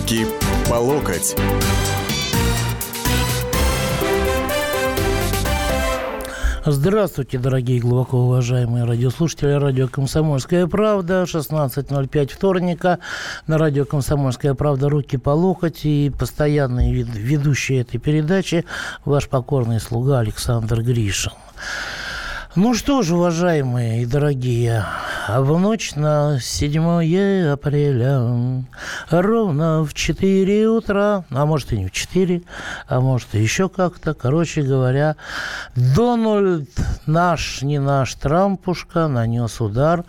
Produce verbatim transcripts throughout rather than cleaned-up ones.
Руки по локоть. Здравствуйте, дорогие глубоко уважаемые радиослушатели. Радио «Комсомольская правда», шестнадцать ноль пять вторника. На радио «Комсомольская правда» «Руки по локоть». И постоянный ведущий этой передачи ваш покорный слуга Александр Гришин. Ну что ж, уважаемые и дорогие, в ночь на седьмое апреля, ровно в четыре утра, а может и не в четыре, а может и еще как-то, короче говоря, Дональд, наш, не наш Трампушка, нанес удар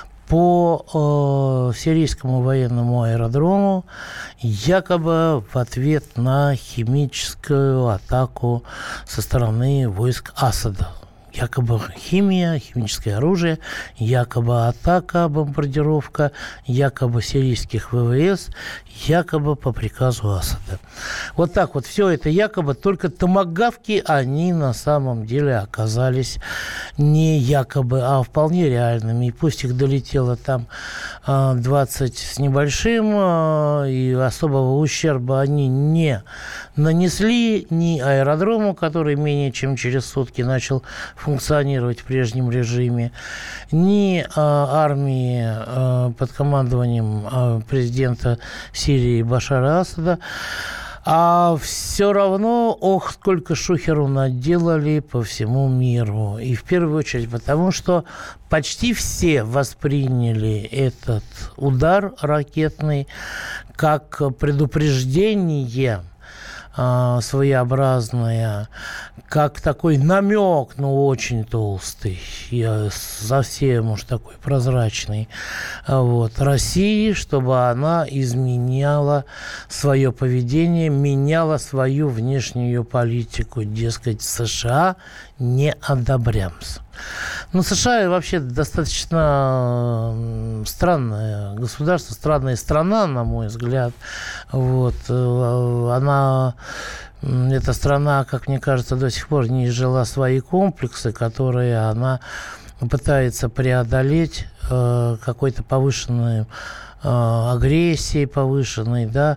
по э, сирийскому военному аэродрому, якобы в ответ на химическую атаку со стороны войск Асада. Якобы химия, химическое оружие, якобы атака, бомбардировка, якобы сирийских ВВС, якобы по приказу Асада. Вот так вот все это якобы, только томагавки, они на самом деле оказались не якобы, а вполне реальными. И пусть их долетело там двадцать с небольшим, и особого ущерба они не нанесли ни аэродрому, который менее чем через сутки начал функционировать в прежнем режиме, ни а, армии а, под командованием а, президента Сирии Башара Асада. А все равно, ох, сколько шухеру наделали по всему миру. И в первую очередь потому, что почти все восприняли этот удар ракетный как предупреждение своеобразное, как такой намек, но очень толстый, я совсем уж такой прозрачный, вот, России, чтобы она изменяла свое поведение, меняла свою внешнюю политику, дескать, США не одобрямся. Ну, США вообще достаточно странное государство, странная страна, на мой взгляд. Вот. Она, эта страна, как мне кажется, до сих пор не изжила свои комплексы, которые она пытается преодолеть какой-то повышенной агрессией повышенной, да,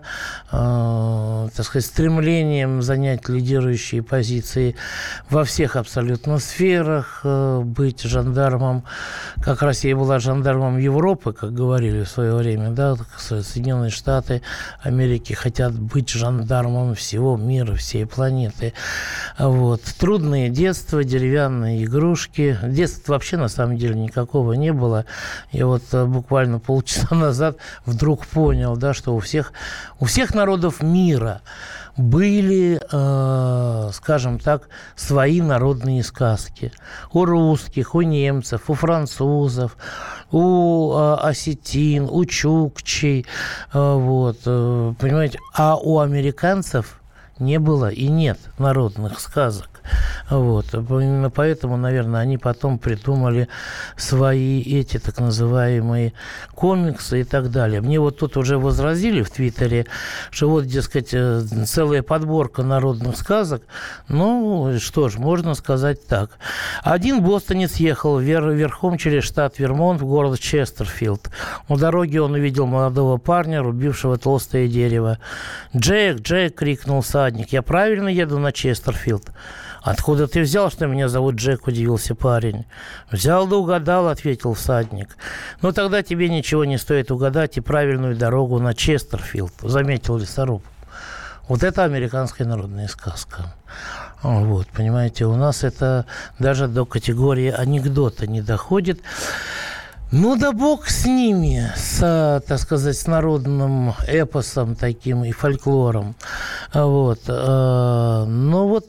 э, так сказать, стремлением занять лидирующие позиции во всех абсолютно сферах, э, быть жандармом, как Россия была жандармом Европы, как говорили в свое время, да, Соединенные Штаты Америки хотят быть жандармом всего мира, всей планеты. Вот. Трудное детство, деревянные игрушки. Детства вообще на самом деле никакого не было. Я вот буквально полчаса назад вдруг понял, да, что у всех, у всех народов мира были, э, скажем так, свои народные сказки. У русских, у немцев, у французов, у э, осетин, у чукчей. Э, вот, э, понимаете? А у американцев не было и нет народных сказок. Вот. Именно поэтому, наверное, они потом придумали свои эти так называемые комиксы и так далее. Мне вот тут уже возразили в Твиттере, что вот, дескать, целая подборка народных сказок. Ну, что ж, можно сказать так. Один бостонец ехал вер- верхом через штат Вермонт в город Честерфилд. У дороги он увидел молодого парня, рубившего толстое дерево. «Джек, Джек!» — крикнул всадник. «Я правильно еду на Честерфилд?» «Откуда ты взял, что меня зовут Джек?» – удивился парень. «Взял да угадал», – ответил всадник. «Ну, тогда тебе ничего не стоит угадать и правильную дорогу на Честерфилд», – заметил лесоруб. Вот это американская народная сказка. Вот, понимаете, у нас это даже до категории анекдота не доходит. Ну да бог с ними, с, так сказать, с народным эпосом таким и фольклором. Вот. Но вот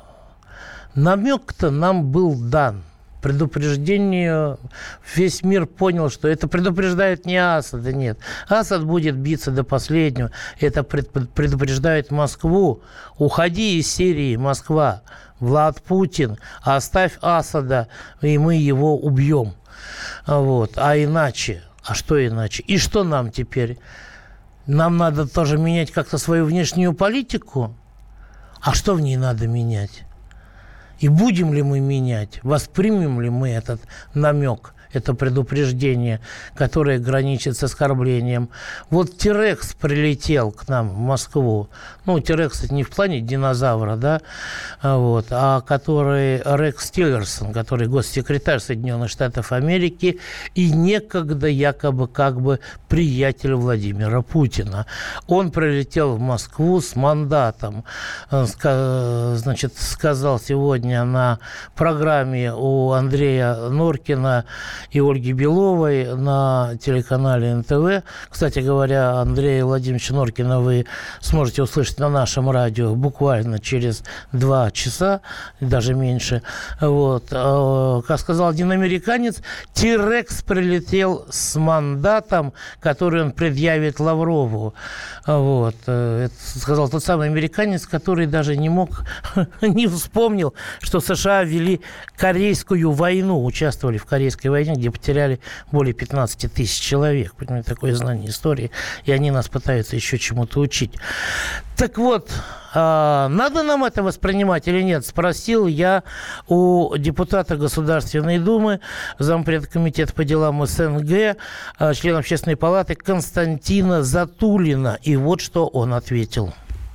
намек-то нам был дан. Предупреждение, весь мир понял, что это предупреждает не Асада, нет. Асад будет биться до последнего. Это предупреждает Москву. Уходи из Сирии, Москва. Влад Путин, оставь Асада, и мы его убьем. Вот. А иначе, а что иначе? И что нам теперь? Нам надо тоже менять как-то свою внешнюю политику? А что в ней надо менять? И будем ли мы менять? Воспримем ли мы этот намек это предупреждение, которое граничит с оскорблением. Вот T-Rex прилетел к нам в Москву. Ну, T-Rex, кстати, не в плане динозавра, да, вот, а который Рекс Тиллерсон, который госсекретарь Соединенных Штатов Америки и некогда якобы как бы приятель Владимира Путина. Он прилетел в Москву с мандатом, значит, сказал сегодня на программе у Андрея Норкина и Ольги Беловой на телеканале эн тэ вэ. Кстати говоря, Андрея Владимировича Норкина вы сможете услышать на нашем радио буквально через два часа, даже меньше. Вот. Как сказал один американец, T-Rex прилетел с мандатом, который он предъявит Лаврову. Вот. Это сказал тот самый американец, который даже не мог, не вспомнил, что США вели Корейскую войну, участвовали в Корейской войне, где потеряли более пятнадцать тысяч человек. Понимаете, такое знание истории, и они нас пытаются еще чему-то учить. Так вот, надо нам это воспринимать или нет? Спросил я у депутата Государственной Думы, зампреда комитета по делам эс эн гэ, члена Общественной палаты Константина Затулина. И вот что он ответил.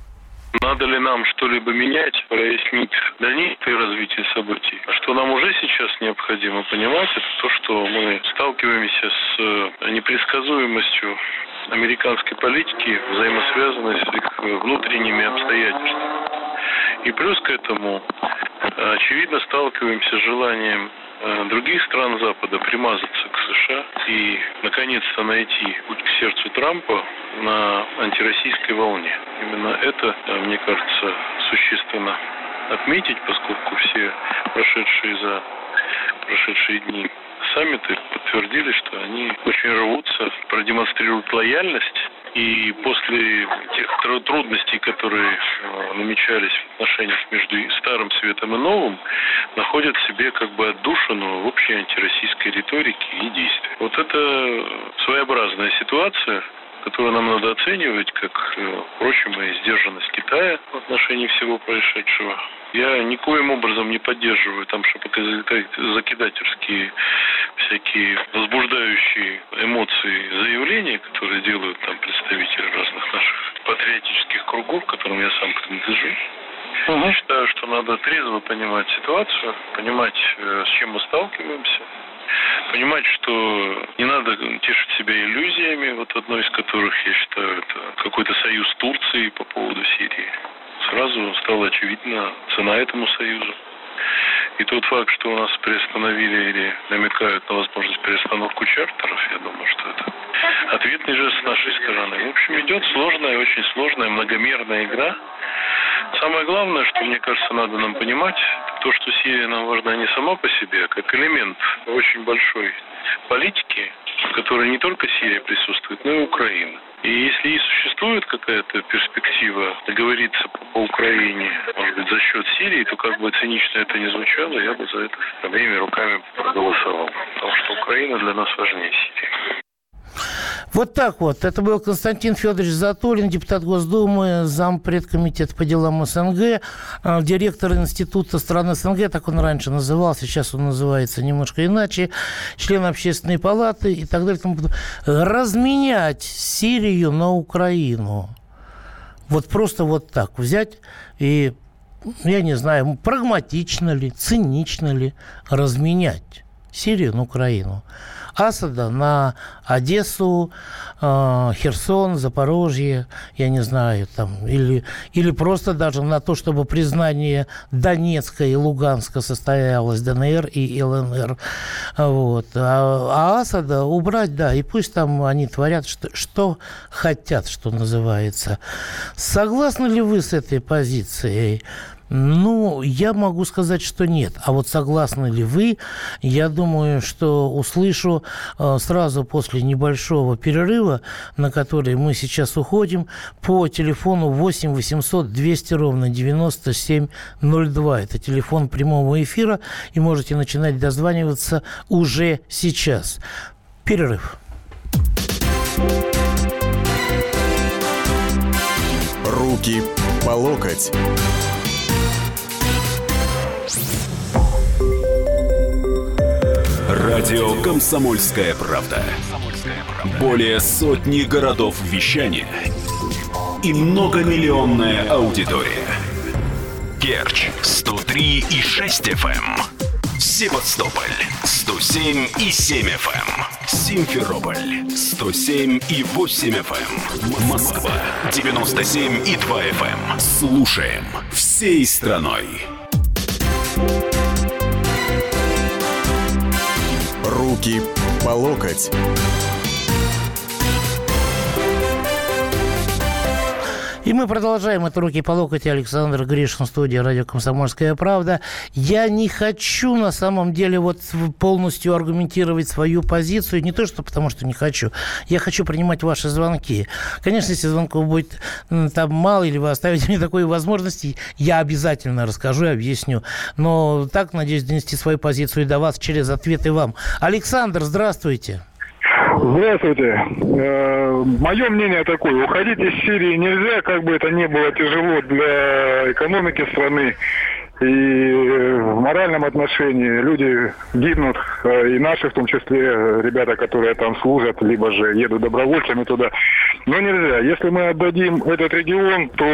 Надо ли нам что-либо менять, прояснить дальнейшее развитие событий? Что нам уже сейчас необходимо понимать, это то, что мы сталкиваемся с непредсказуемостью американской политики, взаимосвязанной с их внутренними обстоятельствами. И плюс к этому, очевидно, сталкиваемся с желанием других стран Запада примазаться к США и, наконец-то, найти путь к сердцу Трампа на антироссийской волне. Именно это, мне кажется, существенно отметить, поскольку все прошедшие за прошедшие дни саммиты подтвердили, что они очень рвутся, продемонстрируют лояльность. И после тех трудностей, которые намечались в отношениях между Старым Светом и Новым, находят в себе как бы отдушину в общей антироссийской риторике и действиях. Вот это своеобразная ситуация, которую нам надо оценивать, как, впрочем, и сдержанность Китая в отношении всего происшедшего. Я никоим образом не поддерживаю там закидательские всякие возбуждающие эмоции заявления, которые делают там представители разных наших патриотических кругов, к которым я сам принадлежу. Uh-huh. Я считаю, что надо трезво понимать ситуацию, понимать, с чем мы сталкиваемся, понимать, что не надо тешить себя иллюзиями, вот одной из которых, я считаю, это какой-то союз Турции по поводу Сирии. Сразу стала очевидна цена этому союзу. И тот факт, что у нас приостановили или намекают на возможность перестановку чартеров, я думаю, что это ответный жест с нашей стороны. В общем, идет сложная, очень сложная, многомерная игра. Самое главное, что, мне кажется, надо нам понимать, то, что Сирия нам важна не сама по себе, а как элемент очень большой политики, в которой не только Сирия присутствует, но и Украина. И если и существует какая-то перспектива договориться по, по Украине, может быть, за счет Сирии, то как бы цинично это ни звучало, я бы за это обеими руками проголосовал. Потому что Украина для нас важнее Сирии. Вот так вот. Это был Константин Федорович Затулин, депутат Госдумы, зампред комитета по делам эс эн гэ, директор Института стран эс эн гэ, так он раньше назывался, сейчас он называется немножко иначе, член Общественной палаты и так далее. Разменять Сирию на Украину. Вот просто вот так взять и, я не знаю, прагматично ли, цинично ли разменять Сирию на Украину. Асада на Одессу, э, Херсон, Запорожье, я не знаю, там, или, или просто даже на то, чтобы признание Донецка и Луганска состоялось, дэ эн эр и эл эн эр. Вот. А, а Асада убрать, да, и пусть там они творят, что, что хотят, что называется. Согласны ли вы с этой позицией? Ну, я могу сказать, что нет. А вот согласны ли вы? Я думаю, что услышу э, сразу после небольшого перерыва, на который мы сейчас уходим, по телефону восемь восемьсот двести ровно девяносто семь ноль два. Это телефон прямого эфира, и можете начинать дозваниваться уже сейчас. Перерыв. Руки по локоть. Радио «Комсомольская правда». Более сотни городов вещания и многомиллионная аудитория. Керчь сто три и шесть эф эм, Севастополь сто семь и семь эф эм, Симферополь сто семь и восемь эф эм, Москва девяносто семь и два эф эм. Слушаем всей страной. Руки по локоть. И мы продолжаем. Это «Руки по локоть». Александр Гришин, студия «Радио Комсомольская правда». Я не хочу, на самом деле, вот полностью аргументировать свою позицию. Не то, что потому что не хочу. Я хочу принимать ваши звонки. Конечно, если звонков будет там мало, или вы оставите мне такой возможности, я обязательно расскажу и объясню. Но так, надеюсь, донести свою позицию до вас через ответы вам. Александр, здравствуйте. Здравствуйте. Мое мнение такое. Уходить из Сирии нельзя, как бы это ни было тяжело для экономики страны. И в моральном отношении люди гибнут, и наши, в том числе ребята, которые там служат, либо же едут добровольцами туда. Но нельзя. Если мы отдадим этот регион, то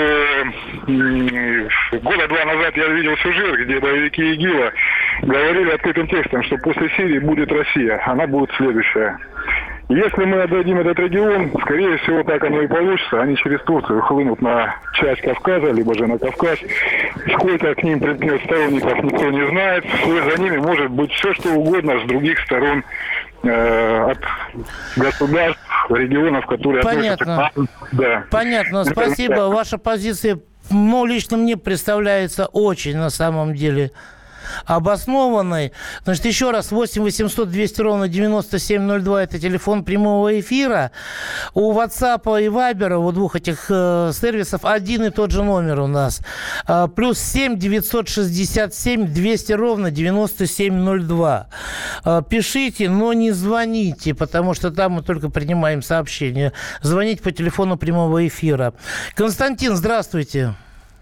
года два назад я видел сюжет, где боевики ИГИЛа говорили открытым текстом, что после Сирии будет Россия, она будет следующая. Если мы отдадим этот регион, скорее всего, так оно и получится. Они через Турцию хлынут на часть Кавказа, либо же на Кавказ. Сколько к ним примкнет сторонников, никто не знает. Вслед за ними может быть все, что угодно с других сторон э, от государств, регионов, которые Понятно. относятся к нам. Да. Понятно. Спасибо. Ваша позиция, ну, лично мне представляется очень, на самом деле, обоснованной. Значит, еще раз, восемь восемьсот двести ровно девяносто семь ноль два, это телефон прямого эфира. У WhatsApp и Viber, у двух этих э, сервисов один и тот же номер у нас. Э, плюс семь девятьсот шестьдесят семь двести ровно девяносто семь ноль два. Э, пишите, но не звоните, потому что там мы только принимаем сообщения. Звоните по телефону прямого эфира. Константин, здравствуйте.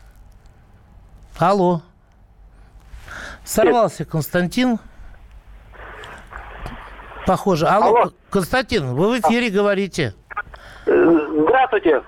Алло. Сорвался Константин. Похоже. Алло, Алло, Константин, вы в эфире говорите. Здравствуйте.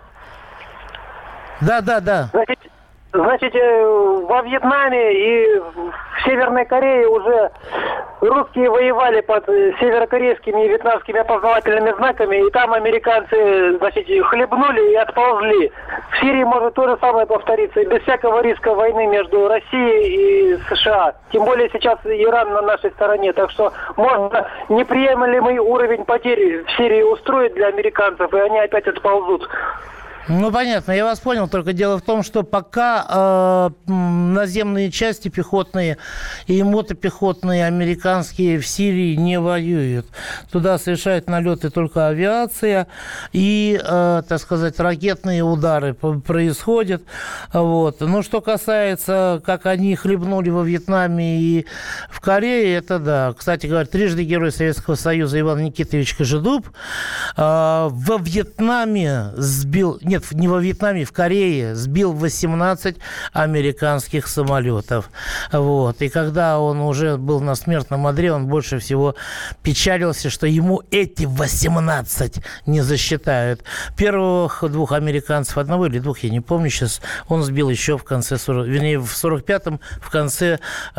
Да, да, да. Значит, значит, во Вьетнаме и в Северной Корее уже русские воевали под северокорейскими и вьетнамскими опознавательными знаками, и там американцы, значит, хлебнули и отползли. В Сирии может то же самое повториться, и без всякого риска войны между Россией и США. Тем более сейчас Иран на нашей стороне, так что можно неприемлемый уровень потерь в Сирии устроить для американцев, и они опять отползут. Ну, понятно, я вас понял. Только дело в том, что пока э, наземные части пехотные и мотопехотные американские в Сирии не воюют. Туда совершают налеты только авиация и, э, так сказать, ракетные удары происходят. Вот. Ну, что касается, как они хлебнули во Вьетнаме и в Корее, это да. Кстати говоря, трижды Герой Советского Союза Иван Никитович Кожедуб э, во Вьетнаме сбил... Нет, не во Вьетнаме, в Корее сбил восемнадцать американских самолетов. Вот. И когда он уже был на смертном одре, он больше всего печалился, что ему эти восемнадцать не засчитают. Первых двух американцев, одного или двух, я не помню сейчас, он сбил еще в конце, вернее, в сорок пятом, в конце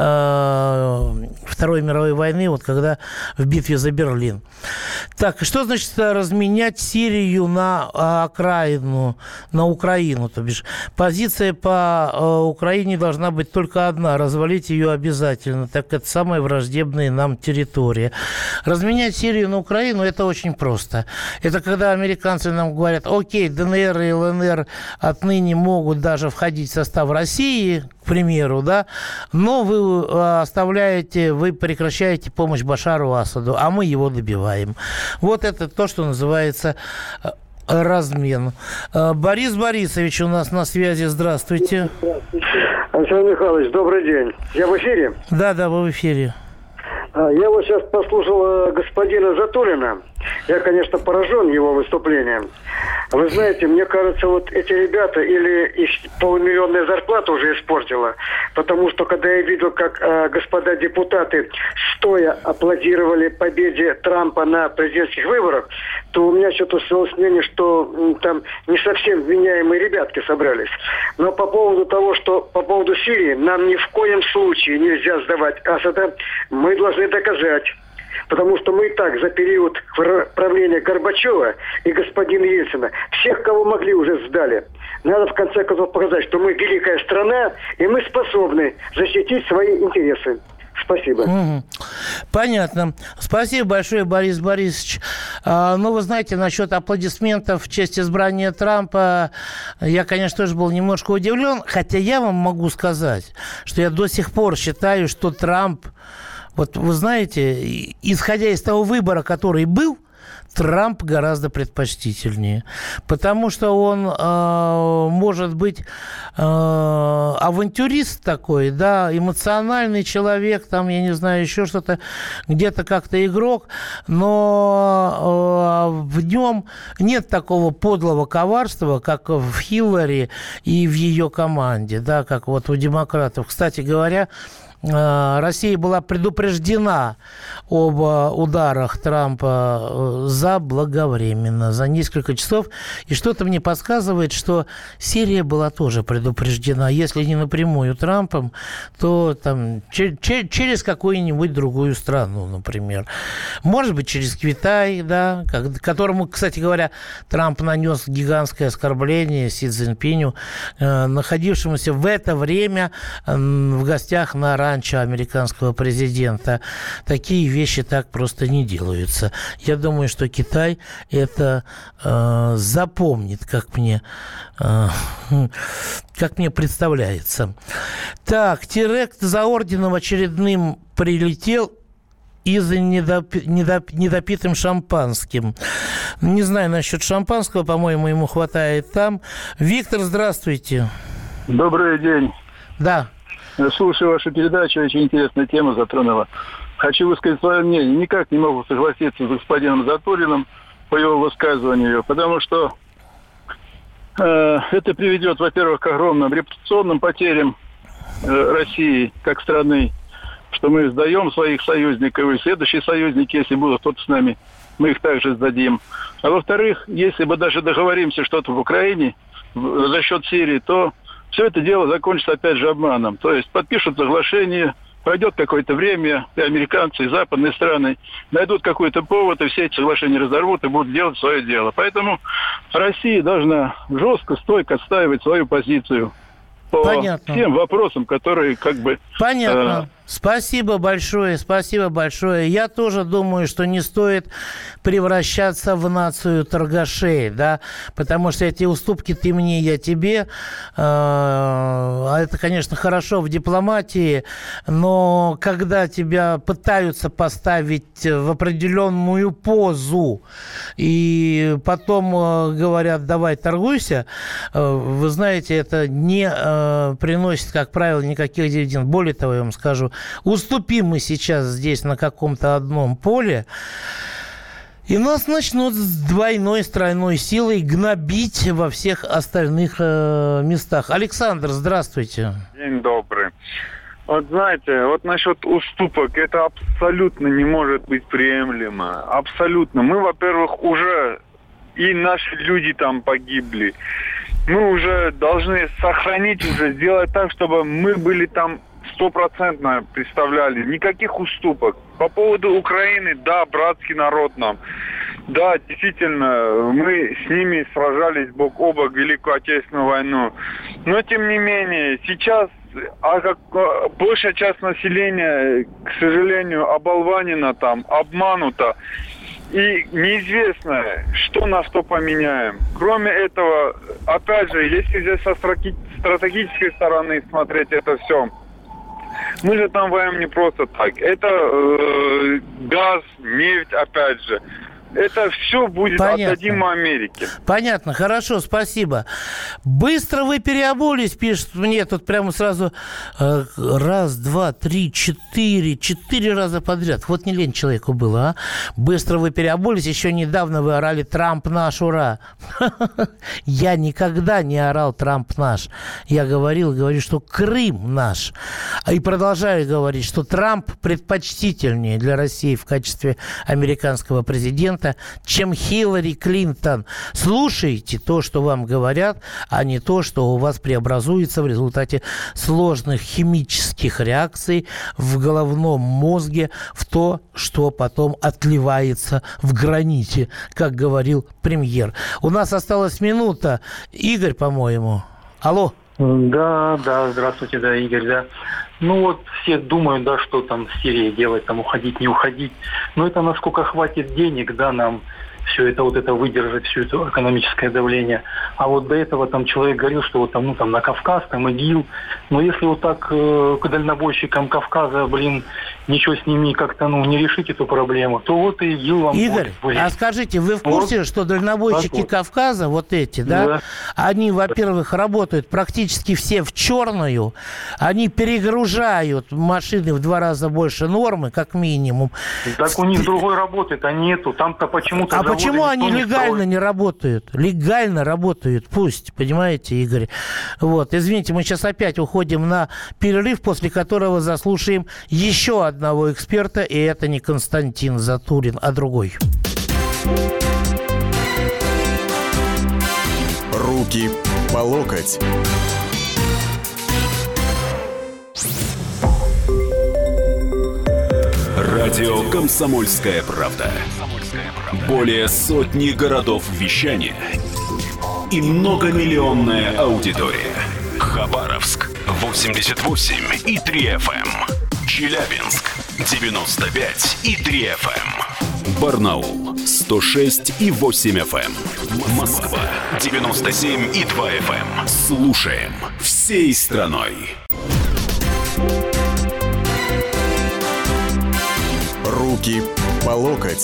э, Второй мировой войны, вот когда в битве за Берлин. Так, что значит разменять Сирию на окраину? На Украину, то бишь. Позиция по э, Украине должна быть только одна. Развалить ее обязательно, так как это самая враждебная нам территория. Разменять Сирию на Украину – это очень просто. Это когда американцы нам говорят: окей, ДНР и ЛНР отныне могут даже входить в состав России, к примеру, да, но вы оставляете, вы прекращаете помощь Башару Асаду, а мы его добиваем. Вот это то, что называется размен. Борис Борисович у нас на связи. Здравствуйте. Александр Михайлович, добрый день. Я в эфире? Да, да, вы в эфире. Я вот сейчас послушал господина Затулина. Я, конечно, поражен его выступлением. Вы знаете, мне кажется, вот эти ребята или их полумиллионная зарплата уже испортила. Потому что, когда я видел, как э, господа депутаты стоя аплодировали победе Трампа на президентских выборах, то у меня что-то сложилось мнение, что м, там не совсем вменяемые ребятки собрались. Но по поводу того, что по поводу Сирии, нам ни в коем случае нельзя сдавать Асада, мы должны доказать. Потому что мы и так за период правления Горбачева и господина Ельцина всех, кого могли, уже сдали. Надо в конце концов показать, что мы великая страна, и мы способны защитить свои интересы. Спасибо. Угу. Понятно. Спасибо большое, Борис Борисович. А, ну, вы знаете, насчет аплодисментов в честь избрания Трампа, я, конечно, тоже был немножко удивлен, хотя я вам могу сказать, что я до сих пор считаю, что Трамп, вот вы знаете, исходя из того выбора, который был, Трамп гораздо предпочтительнее, потому что он э, может быть э, авантюрист такой, да, эмоциональный человек, там, я не знаю, еще что-то, где-то как-то игрок, но э, в нем нет такого подлого коварства, как в Хиллари и в ее команде, да, как вот у демократов. Кстати говоря, Россия была предупреждена об ударах Трампа заблаговременно, за несколько часов. И что-то мне подсказывает, что Сирия была тоже предупреждена. Если не напрямую Трампом, то там, ч- ч- через какую-нибудь другую страну, например. Может быть, через Китай, да, которому, кстати говоря, Трамп нанес гигантское оскорбление Си Цзиньпиню, находившемуся в это время в гостях на ранчо американского президента. Такие вещи так просто не делаются. Я думаю, что Китай это э, запомнит, как мне, э, как мне представляется. Так, теракт за орденом очередным прилетел и за недоп... недоп... недопитым шампанским. Не знаю насчет шампанского, по-моему, ему хватает там. Виктор, здравствуйте. Добрый день. Да. Слушаю вашу передачу, очень интересная тема затронула. Хочу высказать свое мнение. Никак не могу согласиться с господином Затулиным по его высказыванию, потому что э, это приведет, во-первых, к огромным репутационным потерям э, России как страны, что мы сдаем своих союзников, и следующие союзники, если будут тут с нами, мы их также сдадим. А во-вторых, если мы даже договоримся что-то в Украине в, за счет Сирии, то все это дело закончится опять же обманом. То есть подпишут соглашение, пройдет какое-то время, и американцы, и западные страны найдут какой-то повод, и все эти соглашения разорвут и будут делать свое дело. Поэтому Россия должна жестко, стойко отстаивать свою позицию по Понятно. Всем вопросам, которые как бы... Понятно. Э- Спасибо большое, спасибо большое. Я тоже думаю, что не стоит превращаться в нацию торгашей, да, потому что эти уступки ты мне, я тебе, а это, конечно, хорошо в дипломатии, но когда тебя пытаются поставить в определенную позу и потом говорят, давай торгуйся, вы знаете, это не приносит, как правило, никаких дивидендов. Более того, я вам скажу, уступим мы сейчас здесь на каком-то одном поле, и нас начнут с двойной, с тройной силой гнобить во всех остальных э, местах. Александр, здравствуйте. День добрый. Вот знаете, вот насчет уступок, это абсолютно не может быть приемлемо. Абсолютно. Мы, во-первых, уже, и наши люди там погибли. Мы уже должны сохранить, уже сделать так, чтобы мы были там стопроцентно представляли. Никаких уступок. По поводу Украины, да, братский народ нам. Да, действительно, мы с ними сражались бок о бок в Великую Отечественную войну. Но, тем не менее, сейчас а как, большая часть населения, к сожалению, оболванена там, обманута. И неизвестно, что на что поменяем. Кроме этого, опять же, если здесь со стратегической стороны смотреть это все, мы же там воюем не просто так. Это э, газ, нефть, опять же. это все будет Понятно. Отдадим Америке. Понятно, хорошо, спасибо. Быстро вы переобулись, пишет мне тут прямо сразу э, раз, два, три, четыре, четыре раза подряд. Вот не лень человеку было, а? Быстро вы переобулись, еще недавно вы орали «Трамп наш, ура!» Я никогда не орал «Трамп наш». Я говорил, говорю, что Крым наш. И продолжаю говорить, что Трамп предпочтительнее для России в качестве американского президента, чем Хиллари Клинтон. Слушайте то, что вам говорят, а не то, что у вас преобразуется в результате сложных химических реакций в головном мозге в то, что потом отливается в граните, как говорил премьер. У нас осталась минута. Игорь, по-моему. Алло. Да, да, здравствуйте, да, Игорь, да. Ну вот все думают, да, что там в Сирии делать, там уходить, не уходить. Но это насколько хватит денег, да, нам все это вот это выдержать, все это экономическое давление. А вот до этого там человек говорил, что вот там, ну там на Кавказ, там ИГИЛ. Но если вот так э, к дальнобойщикам Кавказа, блин, ничего с ними как-то, ну, не решить эту проблему, то вот и ИГИЛ вам... Игорь, будет, а скажите, вы в курсе, вот, что дальнобойщики вот. Кавказа, вот эти, да, да, они, во-первых, работают практически все в черную, они перегружают машины в два раза больше нормы, как минимум. Так у них другой работы-то нету, там-то почему-то... А почему они не легально строит? Не работают? Легально работают, пусть, понимаете, Игорь? Вот, извините, мы сейчас опять уходим на перерыв, после которого заслушаем еще одного эксперта, и это не Константин Затулин, а другой. Руки по локоть. Радио «Комсомольская правда». Более сотни городов вещания и многомиллионная аудитория. Хабаровск восемьдесят восемь и три эф эм, Челябинск девяносто пять и три эф эм, Барнаул сто шесть и восемь эф эм, Москва девяносто семь и два эф эм. Слушаем всей страной. Руки по локоть.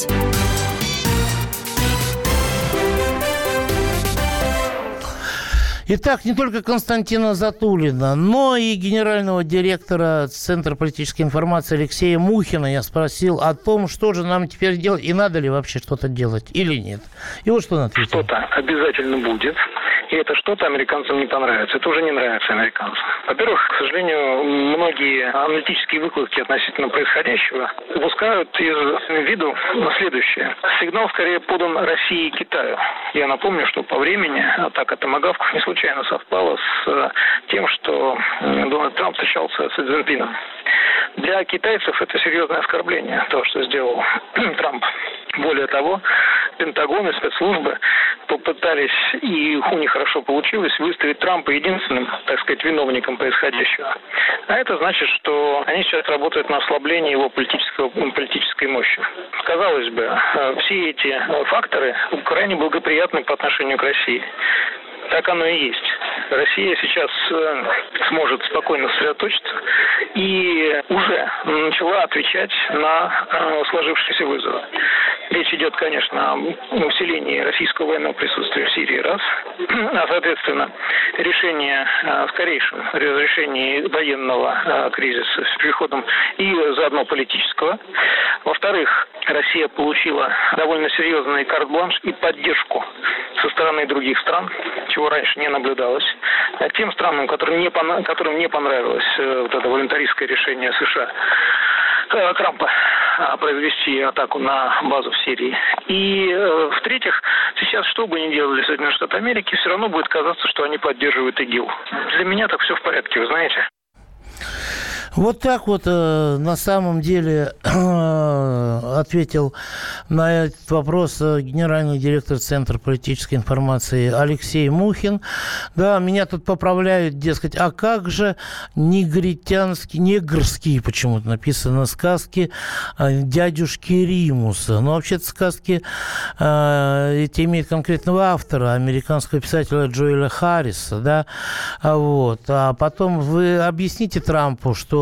Итак, не только Константина Затулина, но и генерального директора Центра политической информации Алексея Мухина я спросил о том, что же нам теперь делать, и надо ли вообще что-то делать или нет. И вот что он ответил. Что-то обязательно будет, и это что-то американцам не понравится. Это уже не нравится американцам. Во-первых, к сожалению, многие аналитические выкладки относительно происходящего упускают из виду следующее. Сигнал скорее подан России и Китаю. Я напомню, что по времени атака томагавков не случайно случайно совпало с тем, что Дональд Трамп встречался с Си Цзиньпином. Для китайцев это серьезное оскорбление, то, что сделал Трамп. Более того, Пентагон и спецслужбы попытались, и у них хорошо получилось, выставить Трампа единственным, так сказать, виновником происходящего. А это значит, что они сейчас работают на ослабление его политического, политической мощи. Казалось бы, все эти факторы крайне благоприятны по отношению к России. Так оно и есть. Россия сейчас э, сможет спокойно сосредоточиться и уже начала отвечать на э, сложившиеся вызовы. Речь идет, конечно, о усилении российского военного присутствия в Сирии, раз, а, соответственно, решение э, скорейшем разрешении военного э, кризиса с переходом и заодно политического. Во-вторых, Россия получила довольно серьезный карт-бланш и поддержку со стороны других стран, чего раньше не наблюдалось. Тем странам, которым не, пона- которым не понравилось э, вот это волонтаристское решение США э, Трампа э, произвести атаку на базу в Сирии. И, э, в-третьих, сейчас, что бы ни делали Соединенные Штаты Америки, все равно будет казаться, что они поддерживают ИГИЛ. Для меня так все в порядке, вы знаете. Вот так вот э, на самом деле э, ответил на этот вопрос э, генеральный директор Центра политической информации Алексей Мухин. Да, меня тут поправляют, дескать, а как же негритянские, негрские почему-то написано сказки э, дядюшки Римуса. Но вообще-то сказки э, эти имеют конкретного автора, американского писателя Джоэля Харриса, да, вот. А потом вы объясните Трампу, что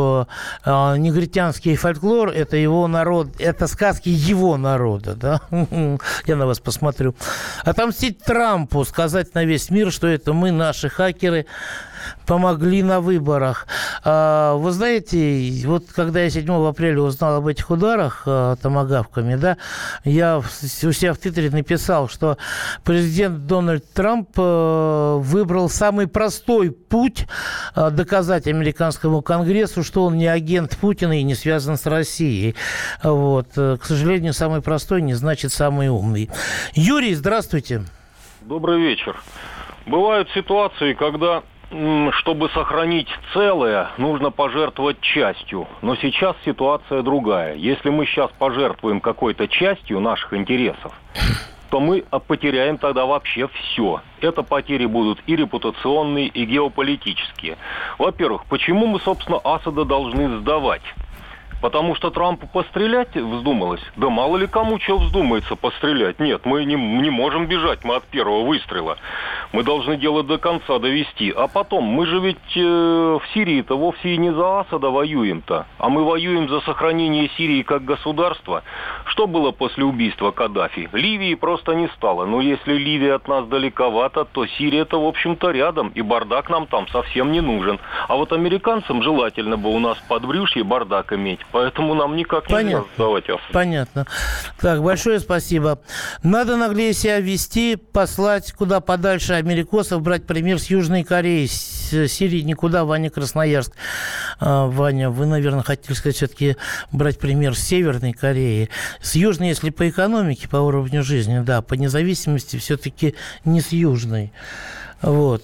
что э, негритянский фольклор – это его народ, это сказки его народа, да? Я на вас посмотрю. Отомстить Трампу, сказать на весь мир, что это мы, наши хакеры, помогли на выборах. Вы знаете, вот когда я седьмого апреля узнал об этих ударах томагавками, да, я у себя в Твиттере написал, что президент Дональд Трамп выбрал самый простой путь доказать американскому Конгрессу, что он не агент Путина и не связан с Россией. Вот. К сожалению, самый простой не значит самый умный. Юрий, здравствуйте. Добрый вечер. Бывают ситуации, когда чтобы сохранить целое, нужно пожертвовать частью. Но сейчас ситуация другая. Если мы сейчас пожертвуем какой-то частью наших интересов, то мы потеряем тогда вообще все. Это потери будут и репутационные, и геополитические. Во-первых, почему мы, собственно, Асада должны сдавать? Потому что Трампу пострелять вздумалось? Да мало ли кому что вздумается пострелять. Нет, мы не, не можем бежать, мы от первого выстрела. Мы должны дело до конца довести. А потом, мы же ведь э, в Сирии-то вовсе и не за Асада воюем-то, а мы воюем за сохранение Сирии как государства. Что было после убийства Каддафи? Ливии просто не стало. Но если Ливия от нас далековато, то Сирия-то, в общем-то, рядом, и бардак нам там совсем не нужен. А вот американцам желательно бы у нас под брюшье бардак иметь. Поэтому нам никак не нельзя сдавать Асада. Понятно. Так, большое спасибо. Надо наглее себя вести, послать куда подальше америкосов, брать пример с Южной Кореи, с Сирии никуда, Ваня Красноярск. А, Ваня, вы, наверное, хотели сказать все-таки брать пример с Северной Кореи. С Южной, если по экономике, по уровню жизни, да, по независимости все-таки не с Южной. Вот.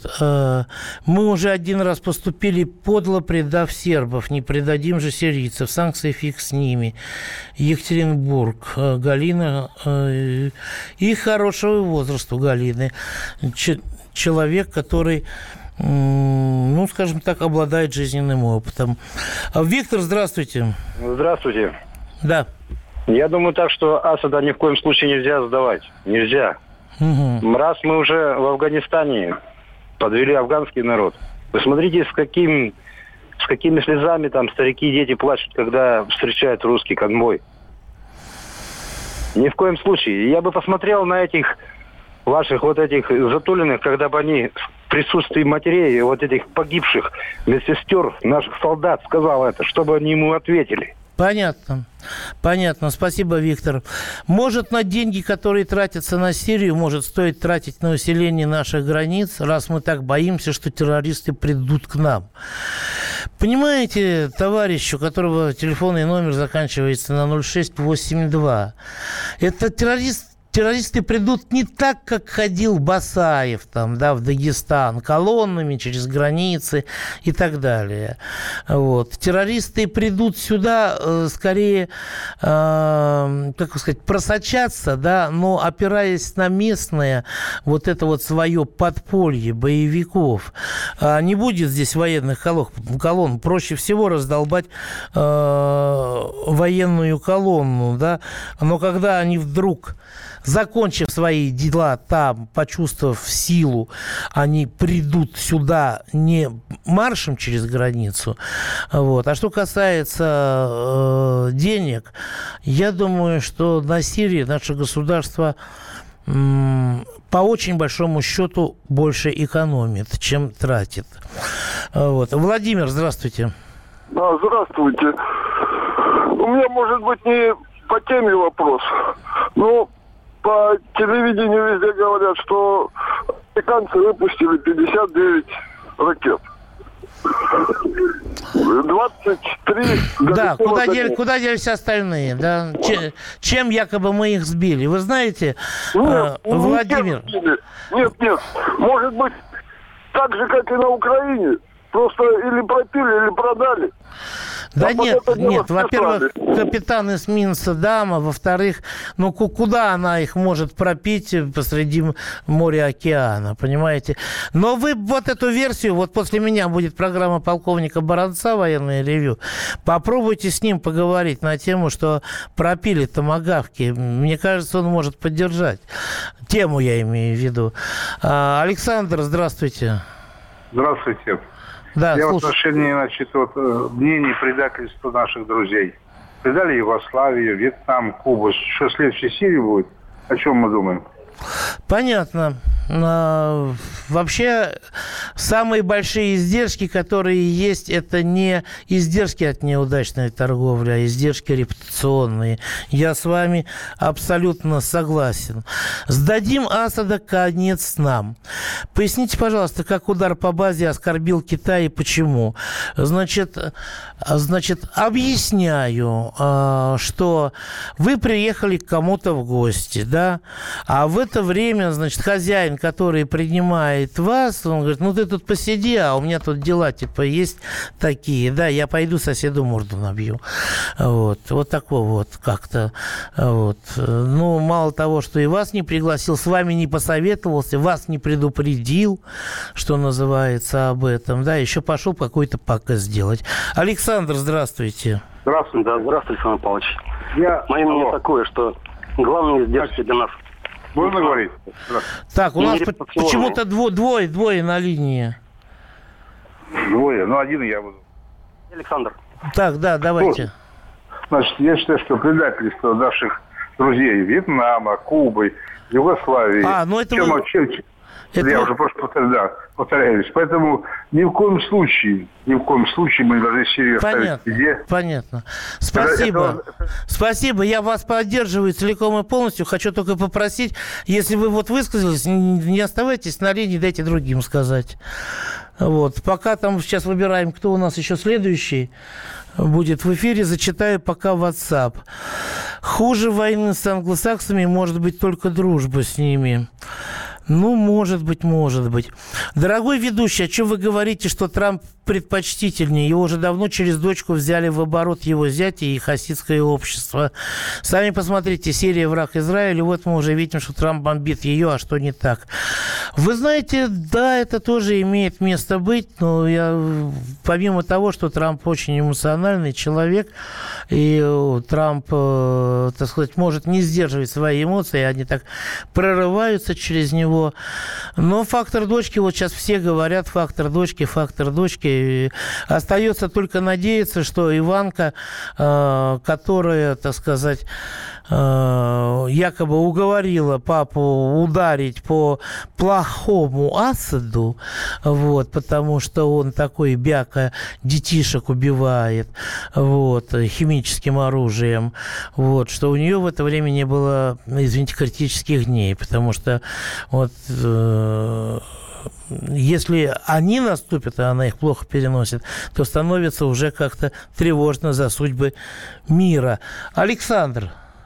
Мы уже один раз поступили подло, предав сербов. Не предадим же сирийцев. Санкции фиг с ними. Екатеринбург. Галина. И хорошего возраста у Галины. Человек, который, ну, скажем так, обладает жизненным опытом. Виктор, здравствуйте. Здравствуйте. Да. Я думаю так, что Асада ни в коем случае нельзя сдавать. Нельзя. Угу. Раз мы уже в Афганистане подвели афганский народ. Вы смотрите, с каким, с какими слезами там старики и дети плачут, когда встречают русский конвой. Ни в коем случае. Я бы посмотрел на этих ваших вот этих затуленных, когда бы они в присутствии матерей, вот этих погибших медсестер, наших солдат, сказал это, чтобы они ему ответили. Понятно. Понятно. Спасибо, Виктор. Может, на деньги, которые тратятся на Сирию, может стоит тратить на усиление наших границ, раз мы так боимся, что террористы придут к нам. Понимаете, товарищ, у которого телефонный номер заканчивается на ноль шесть восемьдесят два, это террорист. Террористы придут не так, как ходил Басаев там, да, в Дагестан, колоннами через границы и так далее. Вот. Террористы придут сюда э, скорее, э, как сказать, просочаться, да, но опираясь на местное вот это вот свое подполье боевиков. А не будет здесь военных колонн. Проще всего раздолбать э, военную колонну, да, но когда они вдруг, закончив свои дела там, почувствовав силу, они придут сюда не маршем через границу. Вот. А что касается э, денег, я думаю, что на Сирии наше государство м- по очень большому счету больше экономит, чем тратит. Вот. Владимир, здравствуйте. А, здравствуйте. У меня, может быть, не по теме вопрос, но по телевидению везде говорят, что американцы выпустили пятьдесят девять ракет. двадцать три... Да, куда, дели, куда делись остальные? Да? Че, чем якобы мы их сбили? Вы знаете, нет, э, Владимир... Нет, нет. Может быть, так же, как и на Украине. Просто или пропили, или продали. Да а нет, нет. Во-первых, капитан эсминца дама. Во-вторых, ну куда она их может пропить посреди моря, океана, понимаете? Но вы вот эту версию, вот после меня будет программа полковника Баранца «Военное ревью», попробуйте с ним поговорить на тему, что пропили томагавки. Мне кажется, он может поддержать. Тему я имею в виду. Александр, здравствуйте. Здравствуйте. Да, Я слушаю. в отношении, значит, вот, мнений предательства наших друзей. Предали Югославию, Вьетнам, Кубу. Что в следующей серии будет? О чем мы думаем? Понятно. А, вообще, самые большие издержки, которые есть, это не издержки от неудачной торговли, а издержки репутационные. Я с вами абсолютно согласен. Сдадим Асада, конец нам. Поясните, пожалуйста, как удар по базе оскорбил Китай и почему? Значит, значит объясняю, что вы приехали к кому-то в гости, да, а в это время, значит, хозяин, который принимает вас, он говорит, ну ты тут посиди, а у меня тут дела типа есть такие, да, я пойду соседу морду набью. Вот, вот такого вот как-то. Вот. Ну, мало того, что и вас не пригласил, с вами не посоветовался, вас не предупредил, что называется, об этом, да, еще пошел какой-то пакость сделать. Александр, здравствуйте. Здравствуйте, да, здравствуйте, Александр Павлович. Я... Мое мнение такое, что главное издержки для нас. Можно говорить? Так, у нас почему-то дво, двое, двое на линии. Двое, ну один я буду. Александр. Так, да, давайте. Значит, я считаю, что предательство наших друзей Вьетнама, Кубы, Югославии. А, ну это чем, вы... чем, это... Я уже просто повторяю, да, повторяюсь. Поэтому ни в коем случае, ни в коем случае мы не должны Сирию оставить в беде. Понятно. Спасибо. Это, это... Спасибо. Я вас поддерживаю целиком и полностью. Хочу только попросить, если вы вот высказались, не оставайтесь на линии, дайте другим сказать. Вот. Пока там сейчас выбираем, кто у нас еще следующий будет в эфире, зачитаю пока WhatsApp. Хуже войны с англосаксами может быть только дружба с ними. Ну, может быть, может быть. Дорогой ведущий, о чем вы говорите, что Трамп предпочтительнее? Его уже давно через дочку взяли в оборот его зятя и хасидское общество. Сами посмотрите, Сирия враг Израиля. Вот мы уже видим, что Трамп бомбит ее, а что не так. Вы знаете, да, это тоже имеет место быть, но я, помимо того, что Трамп очень эмоциональный человек, и Трамп, так сказать, может не сдерживать свои эмоции, они так прорываются через него. Но фактор дочки, вот сейчас все говорят, фактор дочки, фактор дочки. Остается только надеяться, что Иванка, которая, так сказать, якобы уговорила папу ударить по плохому Асаду, вот, потому что он такой бяка детишек убивает, вот, химическим оружием, вот, что у нее в это время не было, извините, критических дней, потому что вот э, если они наступят, а она их плохо переносит, то становится уже как-то тревожно за судьбы мира. Александр.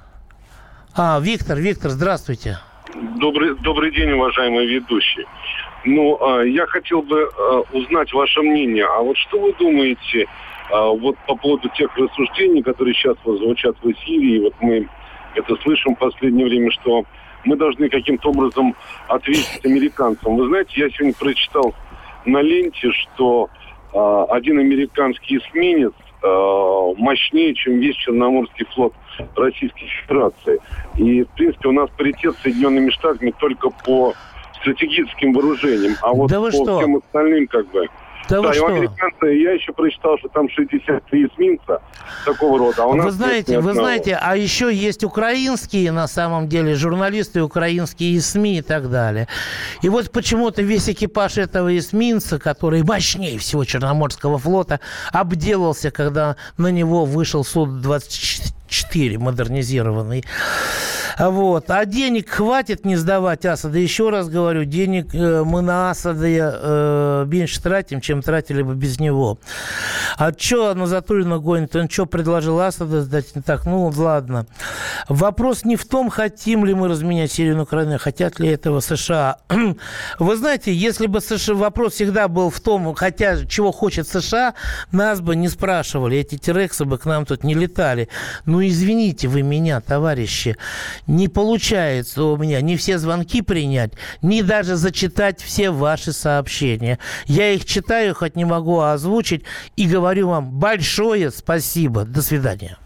А, Виктор, Виктор, здравствуйте. Добрый, добрый день, уважаемые ведущие. Ну, я хотел бы узнать ваше мнение. А вот что вы думаете вот по поводу тех рассуждений, которые сейчас вот звучат в Сирии? Вот мы это слышим в последнее время, что мы должны каким-то образом ответить американцам. Вы знаете, я сегодня прочитал на ленте, что один американский эсминец мощнее, чем весь Черноморский флот Российской Федерации. И, в принципе, у нас паритет с Соединенными Штатами только по стратегическим вооружениям. А вот да по что? всем остальным, как бы... Да, да, вы и что? американцы, я еще прочитал, что там шестьдесят три эсминца такого рода. А у нас вы знаете, вы знаете, а еще есть украинские, на самом деле, журналисты, украинские СМИ и так далее. И вот почему-то весь экипаж этого эсминца, который мощнее всего Черноморского флота, обделался, когда на него вышел Су двадцать четыре модернизированный. Вот. А денег хватит не сдавать Асада. Еще раз говорю, денег э, мы на Асада э, меньше тратим, чем тратили бы без него. А что Назатуллина гонит? Он что, предложил Асада сдать? Так, ну ладно. Вопрос не в том, хотим ли мы разменять Сирию на Украину, хотят ли этого США. Вы знаете, если бы США, вопрос всегда был в том, хотя чего хочет США, нас бы не спрашивали, эти терексы бы к нам тут не летали. Ну, извините вы меня, товарищи, не получается у меня ни все звонки принять, ни даже зачитать все ваши сообщения. Я их читаю, хоть не могу озвучить, и говорю вам большое спасибо. До свидания.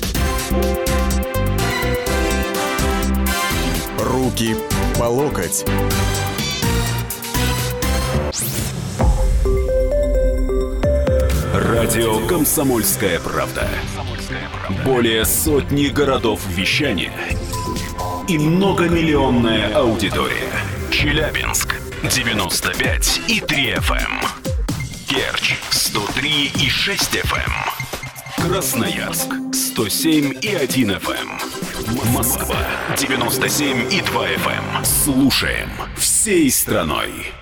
Руки по локоть. Радио «Комсомольская правда». Более сотни городов вещания и многомиллионная аудитория. Челябинск девяносто пять и три эф эм. Керчь сто три и шесть эф эм. Красноярск сто семь и один эф эм. Москва девяносто семь и два эф эм. Слушаем всей страной.